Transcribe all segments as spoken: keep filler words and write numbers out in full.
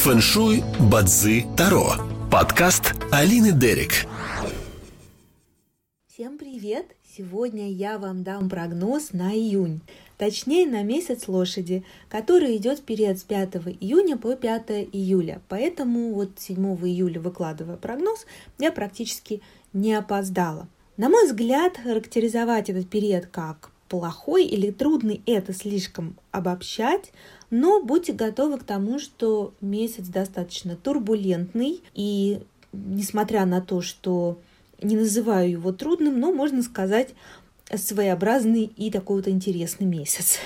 Фэншуй Бадзи Таро. Подкаст Алины Дерик. Всем привет! Сегодня я вам дам прогноз на июнь. Точнее, на месяц лошади, который идет в период с пятого июня по пятое июля. Поэтому вот седьмого июля, выкладывая прогноз, я практически не опоздала. На мой взгляд, характеризовать этот период как плохой или трудный – это слишком обобщать, но будьте готовы к тому, что месяц достаточно турбулентный, и несмотря на то, что не называю его трудным, но можно сказать своеобразный и такой вот интересный месяц.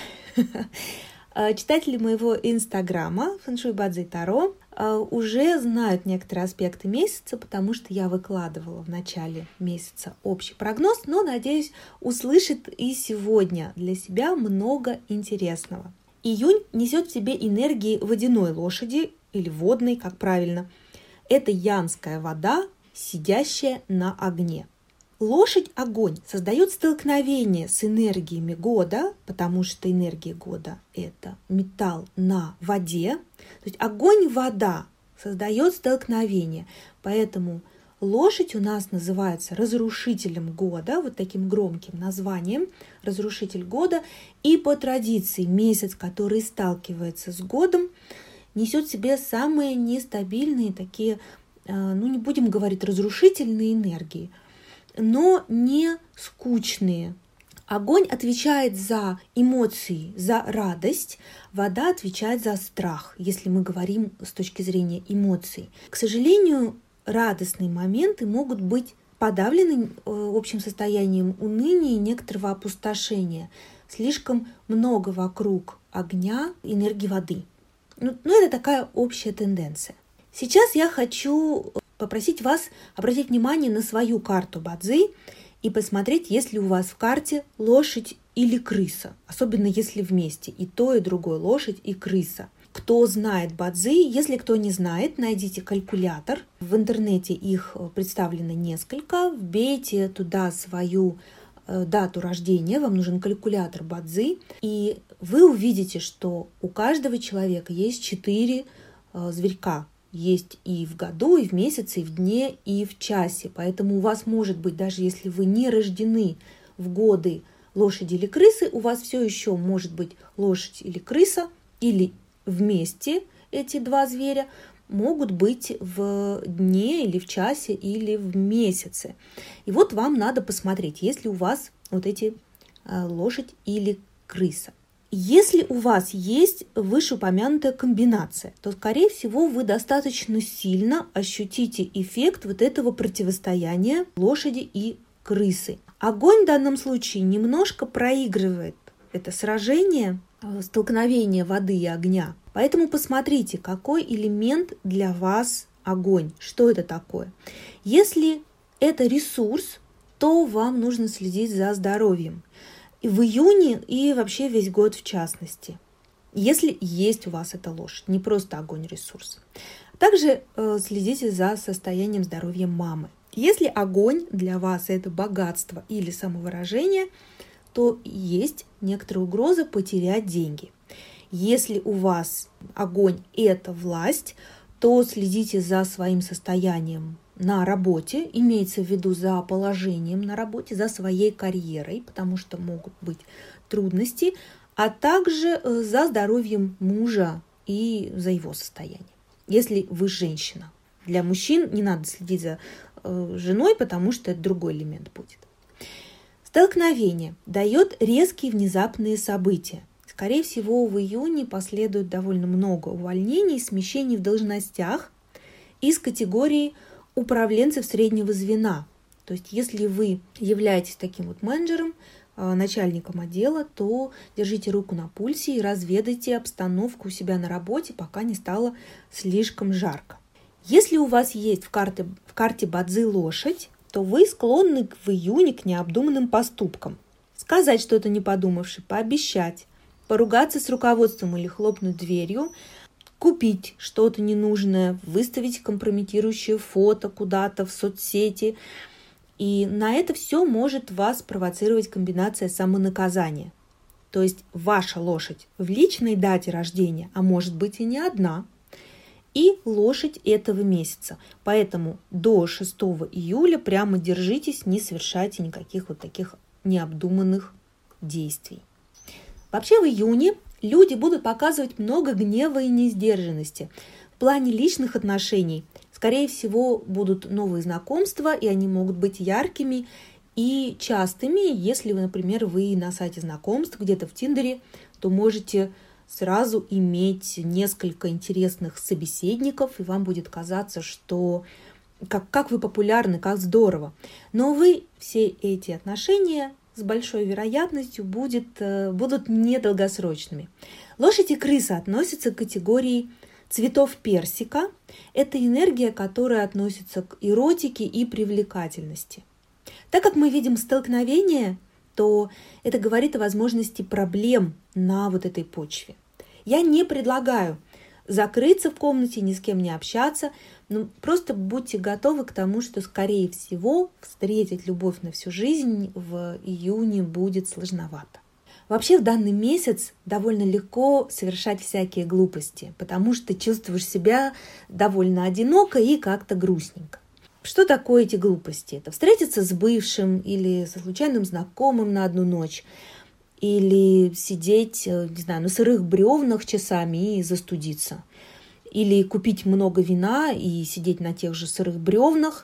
Читатели моего инстаграма Фэншуй Бадзи Таро уже знают некоторые аспекты месяца, потому что я выкладывала в начале месяца общий прогноз, но, надеюсь, услышит и сегодня для себя много интересного. Июнь несет в себе энергии водяной лошади, или водной, как правильно. Это янская вода, сидящая на огне. Лошадь-огонь создает столкновение с энергиями года, потому что энергия года – это металл на воде. То есть огонь-вода создает столкновение. Поэтому лошадь у нас называется разрушителем года, вот таким громким названием – разрушитель года. И по традиции месяц, который сталкивается с годом, несет в себе самые нестабильные такие, ну не будем говорить разрушительные энергии, но не скучные. Огонь отвечает за эмоции, за радость, вода отвечает за страх, если мы говорим с точки зрения эмоций. К сожалению, радостные моменты могут быть подавлены общим состоянием уныния и некоторого опустошения. Слишком много вокруг огня энергии воды. Ну, это такая общая тенденция. Сейчас я хочу попросить вас обратить внимание на свою карту Бадзи и посмотреть, есть ли у вас в карте лошадь или крыса, особенно если вместе и то, и другое, лошадь и крыса. Кто знает Бадзи, если кто не знает, найдите калькулятор. В интернете их представлено несколько. Вбейте туда свою дату рождения, вам нужен калькулятор Бадзи, и вы увидите, что у каждого человека есть четыре зверька. Есть и в году, и в месяце, и в дне, и в часе. Поэтому у вас может быть, даже если вы не рождены в годы лошади или крысы, у вас все еще может быть лошадь или крыса, или вместе эти два зверя могут быть в дне, или в часе, или в месяце. И вот вам надо посмотреть, есть ли у вас вот эти лошадь или крыса. Если у вас есть вышеупомянутая комбинация, то, скорее всего, вы достаточно сильно ощутите эффект вот этого противостояния лошади и крысы. Огонь в данном случае немножко проигрывает это сражение, столкновение воды и огня. Поэтому посмотрите, какой элемент для вас огонь, что это такое. Если это ресурс, то вам нужно следить за здоровьем. И в июне, и вообще весь год в частности, если есть у вас эта лошадь, не просто огонь-ресурс. Также э, следите за состоянием здоровья мамы. Если огонь для вас это богатство или самовыражение, то есть некоторая угроза потерять деньги. Если у вас огонь это власть, то следите за своим состоянием на работе, имеется в виду за положением на работе, за своей карьерой, потому что могут быть трудности, а также за здоровьем мужа и за его состояние, если вы женщина. Для мужчин не надо следить за женой, потому что это другой элемент будет. Столкновение дает резкие внезапные события. Скорее всего, в июне последует довольно много увольнений и смещений в должностях из категории управленцев среднего звена. То есть, если вы являетесь таким вот менеджером, начальником отдела, то держите руку на пульсе и разведайте обстановку у себя на работе, пока не стало слишком жарко. Если у вас есть в карте, в карте Бадзи лошадь, то вы склонны в июне к необдуманным поступкам. Сказать что-то не подумавши, пообещать, поругаться с руководством или хлопнуть дверью, купить что-то ненужное, выставить компрометирующее фото куда-то в соцсети. И на это все может вас провоцировать комбинация самонаказания. То есть ваша лошадь в личной дате рождения, а может быть и не одна, и лошадь этого месяца. Поэтому до шестого июля прямо держитесь, не совершайте никаких вот таких необдуманных действий. Вообще в июне люди будут показывать много гнева и несдержанности. В плане личных отношений, скорее всего, будут новые знакомства, и они могут быть яркими и частыми. Если, вы, например, вы на сайте знакомств, где-то в Тиндере, то можете сразу иметь несколько интересных собеседников, и вам будет казаться, что как, как вы популярны, как здорово. Но, увы, все эти отношения с большой вероятностью будет, будут недолгосрочными. Лошадь и крыса относятся к категории цветов персика. Это энергия, которая относится к эротике и привлекательности. Так как мы видим столкновение, то это говорит о возможности проблем на вот этой почве. Я не предлагаю закрыться в комнате, ни с кем не общаться, но просто будьте готовы к тому, что, скорее всего, встретить любовь на всю жизнь в июне будет сложновато. Вообще в данный месяц довольно легко совершать всякие глупости, потому что чувствуешь себя довольно одиноко и как-то грустненько. Что такое эти глупости? Это встретиться с бывшим или со случайным знакомым на одну ночь, или сидеть, не знаю, на сырых бревнах часами и застудиться, или купить много вина и сидеть на тех же сырых бревнах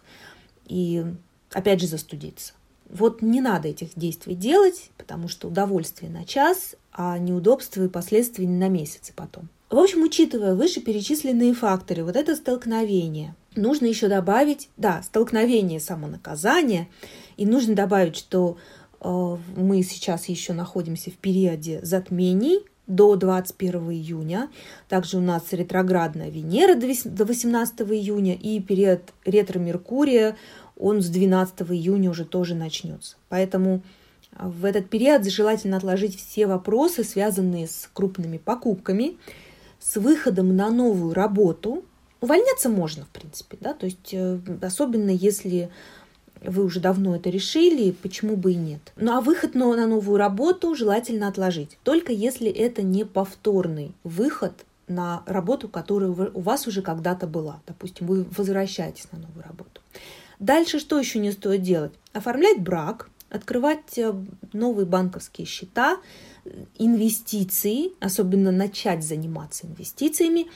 и опять же застудиться. Вот не надо этих действий делать, потому что удовольствие на час, а неудобства и последствия на месяцы потом. В общем, учитывая вышеперечисленные факторы, вот это столкновение, нужно еще добавить, да, столкновение, самонаказание, и нужно добавить, что э, мы сейчас еще находимся в периоде затмений до двадцать первого июня. Также у нас ретроградная Венера до восемнадцатого июня и период ретро-Меркурия, он с двенадцатого июня уже тоже начнется. Поэтому в этот период желательно отложить все вопросы, связанные с крупными покупками, с выходом на новую работу. Увольняться можно, в принципе, да, то есть особенно если вы уже давно это решили, почему бы и нет. Ну а выход на новую работу желательно отложить, только если это не повторный выход на работу, которая у вас уже когда-то была. Допустим, вы возвращаетесь на новую работу. Дальше что еще не стоит делать? Оформлять брак, открывать новые банковские счета, инвестиции, особенно начать заниматься инвестициями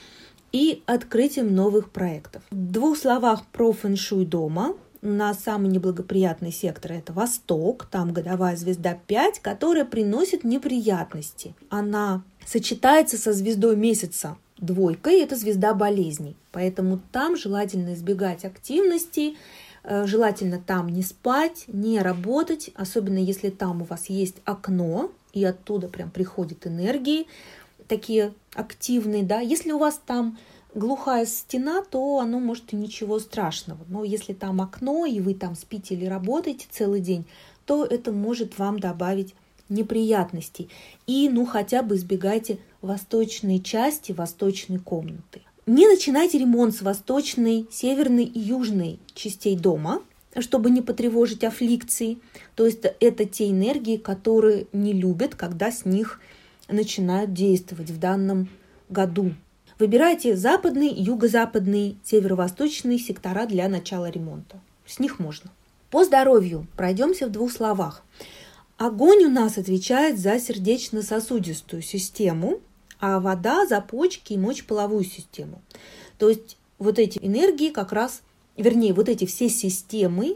и открытием новых проектов. В двух словах про фэн-шуй дома. У нас самый неблагоприятный сектор – это Восток, там годовая звезда пять, которая приносит неприятности. Она сочетается со звездой месяца двойкой, это звезда болезней. Поэтому там желательно избегать активности, желательно там не спать, не работать, особенно если там у вас есть окно, и оттуда прям приходят энергии такие активные. Да? Если у вас там глухая стена, то оно может и ничего страшного. Но если там окно, и вы там спите или работаете целый день, то это может вам добавить неприятностей. И ну хотя бы избегайте восточной части, восточной комнаты. Не начинайте ремонт с восточной, северной и южной частей дома, чтобы не потревожить аффликции. То есть это те энергии, которые не любят, когда с них начинают действовать в данном году. Выбирайте западный, юго-западный, северо-восточный сектора для начала ремонта. С них можно. По здоровью пройдемся в двух словах. Огонь у нас отвечает за сердечно-сосудистую систему, а вода за почки и мочеполовую систему. То есть вот эти энергии как раз, вернее, вот эти все системы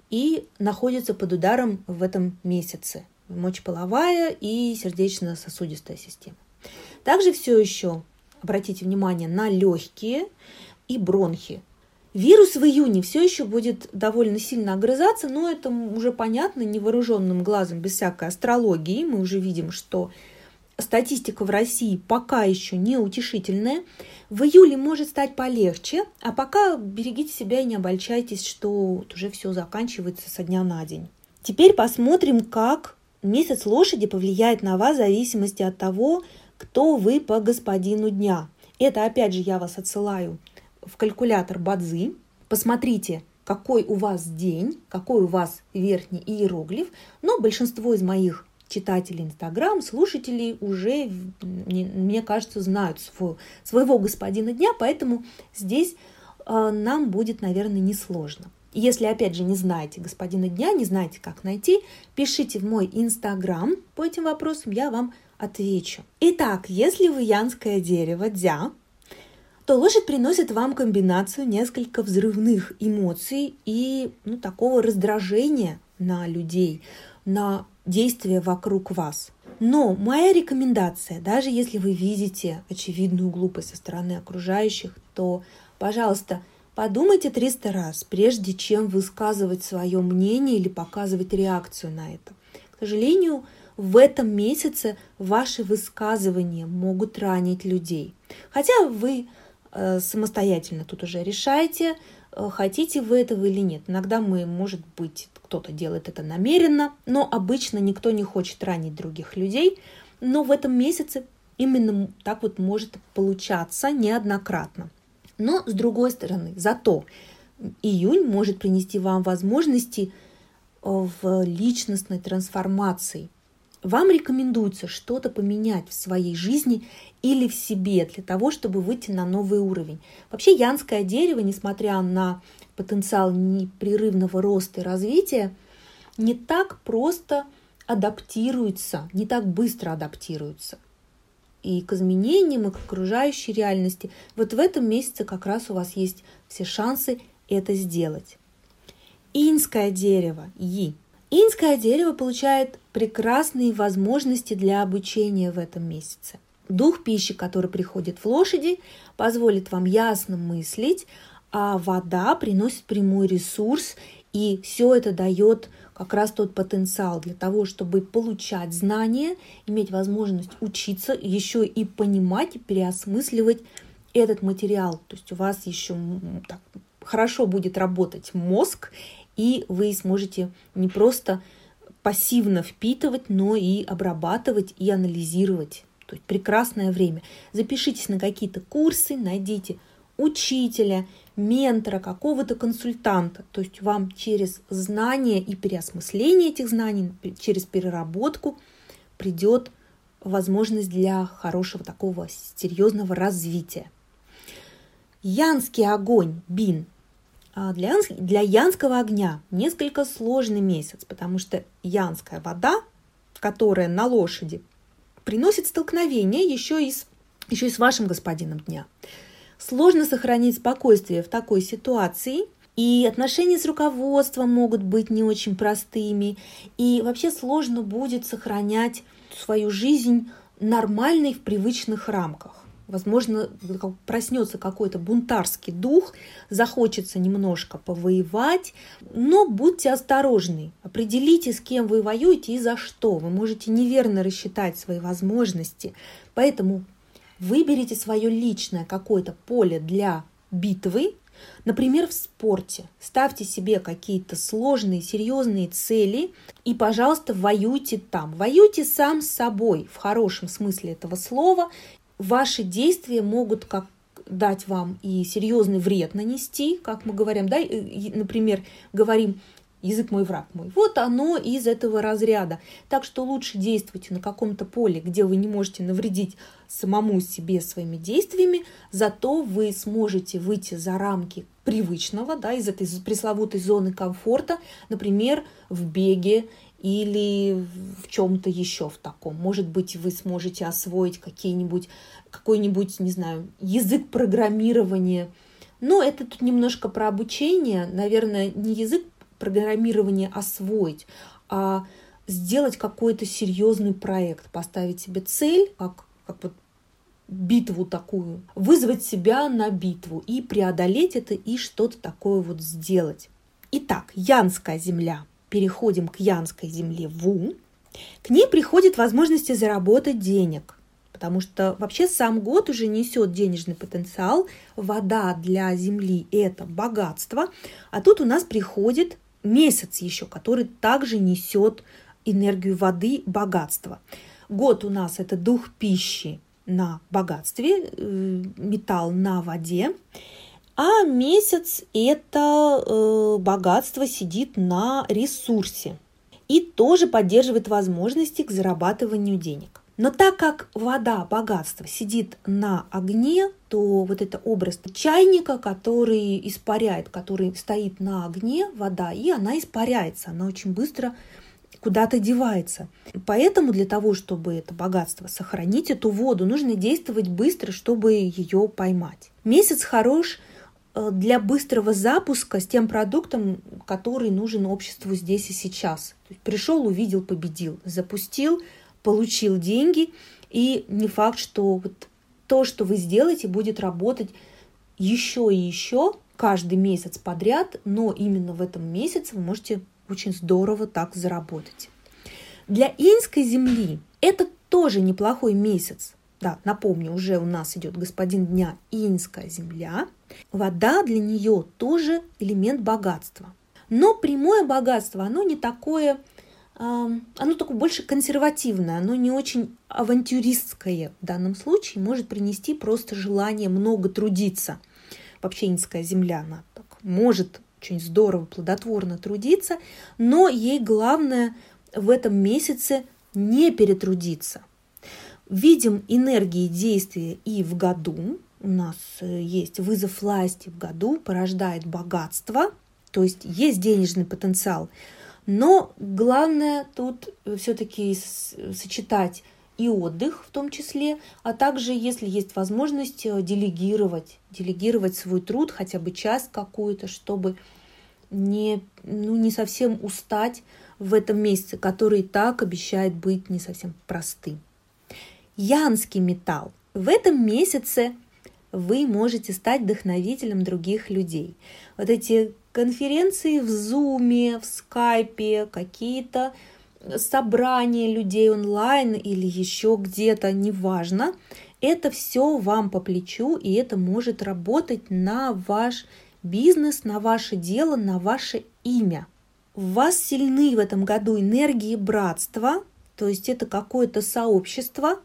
и находятся под ударом в этом месяце. Мочеполовая и сердечно-сосудистая система. Также все еще обратите внимание на легкие и бронхи. Вирус в июне все еще будет довольно сильно огрызаться, но это уже понятно невооруженным глазом, без всякой астрологии. Мы уже видим, что статистика в России пока еще не утешительная. В июле может стать полегче, а пока берегите себя и не обольщайтесь, что уже все заканчивается со дня на день. Теперь посмотрим, как месяц лошади повлияет на вас в зависимости от того, кто вы по господину дня. Это, опять же, я вас отсылаю в калькулятор Бадзи. Посмотрите, какой у вас день, какой у вас верхний иероглиф. Но большинство из моих читатели Инстаграм, слушатели уже, мне кажется, знают свой, своего господина дня, поэтому здесь э, нам будет, наверное, несложно. Если, опять же, не знаете господина дня, не знаете, как найти, пишите в мой Инстаграм по этим вопросам, я вам отвечу. Итак, если вы янское дерево, дзя, то лошадь приносит вам комбинацию несколько взрывных эмоций и ну, такого раздражения на людей, на действия вокруг вас. Но моя рекомендация, даже если вы видите очевидную глупость со стороны окружающих, то, пожалуйста, подумайте триста раз, прежде чем высказывать свое мнение или показывать реакцию на это. К сожалению, в этом месяце ваши высказывания могут ранить людей. Хотя вы э, самостоятельно тут уже решаете, э, хотите вы этого или нет. Иногда мы, может быть, кто-то делает это намеренно, но обычно никто не хочет ранить других людей. Но в этом месяце именно так вот может получаться неоднократно. Но, с другой стороны, зато июнь может принести вам возможности в личностной трансформации. Вам рекомендуется что-то поменять в своей жизни или в себе для того, чтобы выйти на новый уровень. Вообще янское дерево, несмотря на потенциал непрерывного роста и развития, не так просто адаптируется, не так быстро адаптируется. И к изменениям, и к окружающей реальности. Вот в этом месяце как раз у вас есть все шансы это сделать. Иньское дерево, И. Иньское дерево получает прекрасные возможности для обучения в этом месяце. Дух пищи, который приходит в лошади, позволит вам ясно мыслить, а вода приносит прямой ресурс, и все это дает как раз тот потенциал для того, чтобы получать знания, иметь возможность учиться, еще и понимать и переосмысливать этот материал. То есть у вас еще так, хорошо будет работать мозг, и вы сможете не просто пассивно впитывать, но и обрабатывать и анализировать. То есть прекрасное время. Запишитесь на какие-то курсы, найдите учителя, ментора, какого-то консультанта. То есть вам через знание и переосмысление этих знаний, через переработку придет возможность для хорошего такого серьезного развития. Янский огонь, Бин. Для, для янского огня несколько сложный месяц, потому что янская вода, которая на лошади, приносит столкновение еще и с, еще и с вашим господином дня. Сложно сохранить спокойствие в такой ситуации, и отношения с руководством могут быть не очень простыми, и вообще сложно будет сохранять свою жизнь нормальной в привычных рамках. Возможно, проснется какой-то бунтарский дух, захочется немножко повоевать, но будьте осторожны, определите, с кем вы воюете и за что. Вы можете неверно рассчитать свои возможности, поэтому выберите свое личное какое-то поле для битвы, например, в спорте. Ставьте себе какие-то сложные, серьезные цели и, пожалуйста, воюйте там. Воюйте сам с собой в хорошем смысле этого слова. Ваши действия могут как дать вам и серьезный вред нанести, как мы говорим, да, например, говорим «язык мой, враг мой». Вот оно из этого разряда. Так что лучше действуйте на каком-то поле, где вы не можете навредить самому себе своими действиями, зато вы сможете выйти за рамки привычного, да, из этой пресловутой зоны комфорта, например, в беге или в чем-то еще в таком. Может быть, вы сможете освоить какие-нибудь, какой-нибудь, не знаю, язык программирования. Но это тут немножко про обучение. Наверное, не язык программирования освоить, а сделать какой-то серьезный проект, поставить себе цель, как, как вот битву такую, вызвать себя на битву и преодолеть это, и что-то такое вот сделать. Итак, янская земля. Переходим к янской земле Ву. К ней приходят возможности заработать денег, потому что вообще сам год уже несет денежный потенциал. Вода для земли – это богатство, а тут у нас приходит месяц еще, который также несет энергию воды, богатство. Год у нас – это дух пищи на богатстве, металл на воде. А месяц – это э, богатство сидит на ресурсе. и тоже поддерживает возможности к зарабатыванию денег. Но так как вода, богатство, сидит на огне, то вот это образ чайника, который испаряет, который стоит на огне, вода, и она испаряется, она очень быстро куда-то девается. Поэтому для того, чтобы это богатство сохранить, эту воду, нужно действовать быстро, чтобы ее поймать. Месяц хорош для быстрого запуска с тем продуктом, который нужен обществу здесь и сейчас. То есть пришел, увидел, победил, запустил, получил деньги, и не факт, что вот то, что вы сделаете, будет работать еще и еще каждый месяц подряд, но именно в этом месяце вы можете очень здорово так заработать. Для иньской земли это тоже неплохой месяц. Да, напомню, уже у нас идет господин дня иньская земля. Вода для нее тоже элемент богатства. Но прямое богатство, оно не такое, оно такое больше консервативное, оно не очень авантюристское в данном случае, может принести просто желание много трудиться. Вообще иньская земля, она так может очень здорово, плодотворно трудиться, но ей главное в этом месяце не перетрудиться. Видим энергии действия и в году. У нас есть вызов власти в году, порождает богатство, то есть есть денежный потенциал. Но главное тут все-таки сочетать и отдых в том числе, а также, если есть возможность, делегировать, делегировать свой труд, хотя бы часть какую-то, чтобы не, ну, не совсем устать в этом месяце, который и так обещает быть не совсем простым. Янский металл. В этом месяце вы можете стать вдохновителем других людей. Вот эти конференции в Зуме, в Скайпе, какие-то собрания людей онлайн или еще где-то, неважно, это все вам по плечу, и это может работать на ваш бизнес, на ваше дело, на ваше имя. У вас сильны в этом году энергии братства, то есть это какое-то сообщество,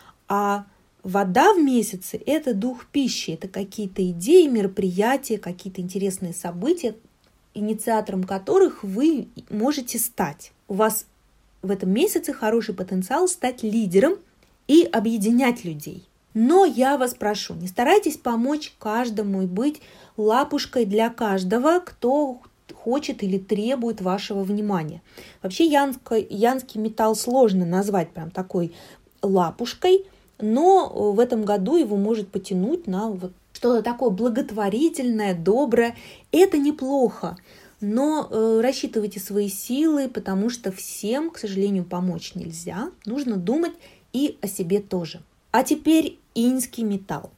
а вода в месяце – это дух пищи, это какие-то идеи, мероприятия, какие-то интересные события, инициатором которых вы можете стать. У вас в этом месяце хороший потенциал стать лидером и объединять людей. Но я вас прошу, не старайтесь помочь каждому и быть лапушкой для каждого, кто хочет или требует вашего внимания. Вообще янский, янский металл сложно назвать прям такой лапушкой, но в этом году его может потянуть на вот что-то такое благотворительное, доброе. Это неплохо, но э, рассчитывайте свои силы, потому что всем, к сожалению, помочь нельзя. Нужно думать и о себе тоже. А теперь иньский металл.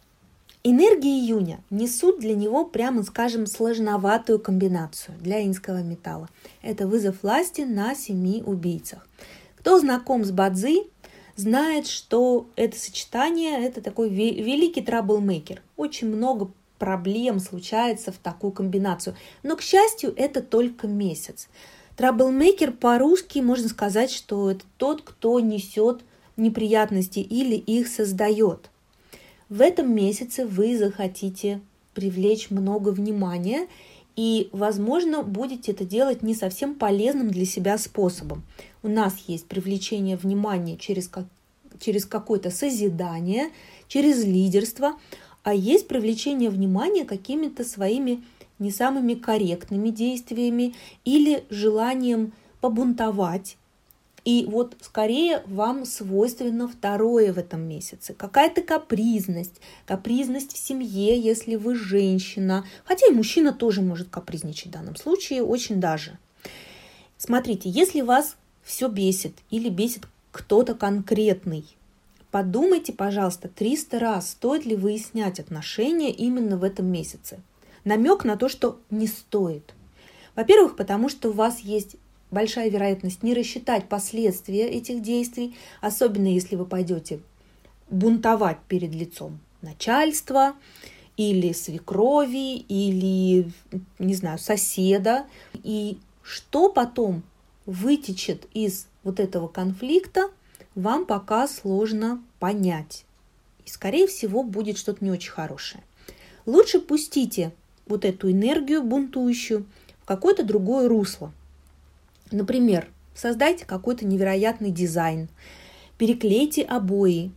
Энергии июня несут для него, прямо скажем, сложноватую комбинацию для иньского металла. Это вызов власти на семи убийцах. Кто знаком с бадзи, знает, что это сочетание – это такой великий траблмейкер. Очень много проблем случается в такую комбинацию. Но, к счастью, это только месяц. Траблмейкер по-русски можно сказать, что это тот, кто несет неприятности или их создает. В этом месяце вы захотите привлечь много внимания и, возможно, будете это делать не совсем полезным для себя способом. У нас есть привлечение внимания через, как, через какое-то созидание, через лидерство, а есть привлечение внимания какими-то своими не самыми корректными действиями или желанием побунтовать. И вот скорее вам свойственно второе в этом месяце. Какая-то капризность, капризность в семье, если вы женщина. Хотя и мужчина тоже может капризничать в данном случае, очень даже. Смотрите, если вас все бесит или бесит кто-то конкретный, подумайте, пожалуйста, триста раз, стоит ли выяснять отношения именно в этом месяце. Намек на то, что не стоит. Во-первых, потому что у вас есть большая вероятность не рассчитать последствия этих действий, особенно если вы пойдете бунтовать перед лицом начальства или свекрови, или, не знаю, соседа. И что потом вытечет из вот этого конфликта, вам пока сложно понять. И, скорее всего, будет что-то не очень хорошее. Лучше пустите вот эту энергию бунтующую в какое-то другое русло. Например, создайте какой-то невероятный дизайн, переклейте обои,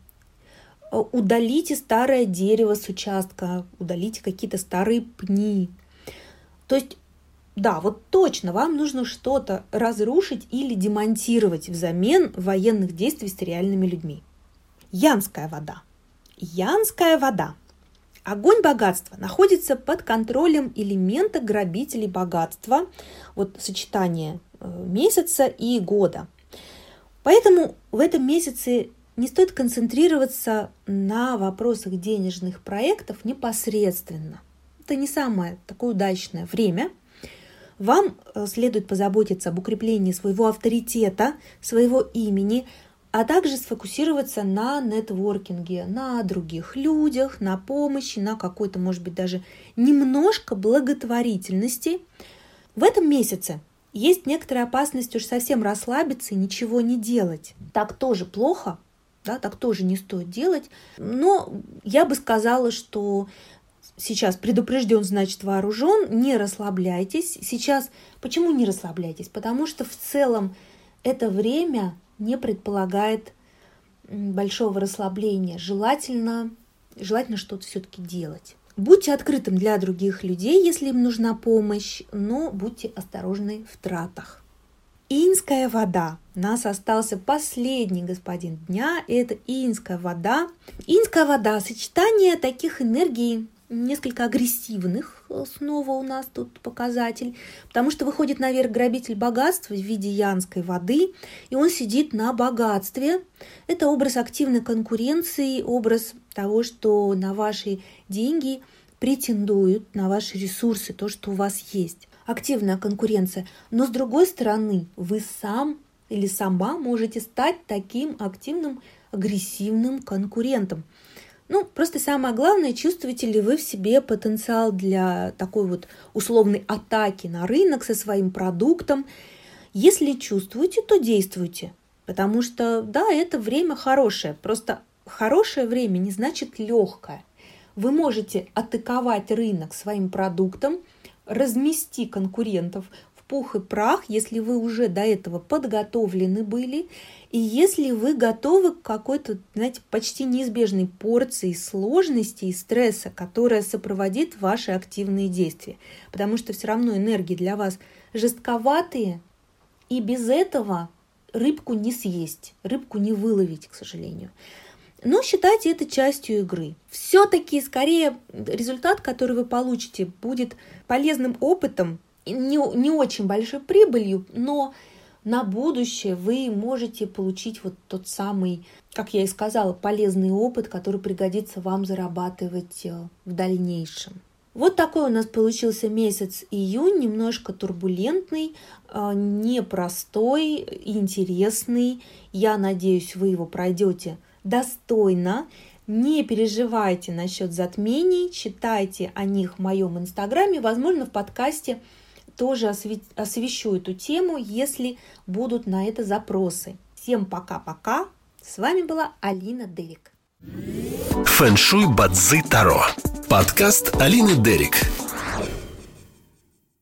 удалите старое дерево с участка, удалите какие-то старые пни. То есть, да, вот точно вам нужно что-то разрушить или демонтировать взамен военных действий с реальными людьми. Янская вода. Янская вода. Огонь богатства находится под контролем элемента грабителей богатства, вот сочетание месяца и года. Поэтому в этом месяце не стоит концентрироваться на вопросах денежных проектов непосредственно. Это не самое такое удачное время. Вам следует позаботиться об укреплении своего авторитета, своего имени, а также сфокусироваться на нетворкинге, на других людях, на помощи, на какой-то, может быть, даже немножко благотворительности. В этом месяце есть некоторая опасность уж совсем расслабиться и ничего не делать. Так тоже плохо, да, так тоже не стоит делать. Но я бы сказала, что сейчас предупрежден, значит вооружен, не расслабляйтесь. Сейчас почему не расслабляйтесь? Потому что в целом это время не предполагает большого расслабления. Желательно, желательно что-то все-таки делать. Будьте открытым для других людей, если им нужна помощь, но будьте осторожны в тратах. Инская вода. У нас остался последний господин дня. Это инская вода. Инская вода – сочетание таких энергий, несколько агрессивных, снова у нас тут показатель, потому что выходит наверх грабитель богатства в виде янской воды, и он сидит на богатстве. Это образ активной конкуренции, образ того, что на ваши деньги претендуют, на ваши ресурсы, то, что у вас есть. Активная конкуренция. Но с другой стороны, вы сам или сама можете стать таким активным, агрессивным конкурентом. Ну, просто самое главное, чувствуете ли вы в себе потенциал для такой вот условной атаки на рынок со своим продуктом. Если чувствуете, то действуйте. Потому что, да, это время хорошее. Просто хорошее время не значит легкое. Вы можете атаковать рынок своим продуктом, размести конкурентов в пух и прах, если вы уже до этого подготовлены были, и если вы готовы к какой-то, знаете, почти неизбежной порции сложности и стресса, которая сопроводит ваши активные действия. Потому что все равно энергии для вас жестковатые, и без этого рыбку не съесть, рыбку не выловить, к сожалению. Но считайте это частью игры. Все-таки, скорее, результат, который вы получите, будет полезным опытом, не, не очень большой прибылью, но на будущее вы можете получить вот тот самый, как я и сказала, полезный опыт, который пригодится вам зарабатывать в дальнейшем. Вот такой у нас получился месяц июнь, немножко турбулентный, непростой, интересный. Я надеюсь, вы его пройдете достойно. Не переживайте насчет затмений, читайте о них в моем инстаграме, возможно, в подкасте тоже освещу эту тему, если будут на это запросы. Всем пока-пока. С вами была Алина Дерик. Фэншуй Бадзи Таро. Подкаст Алины Дерик.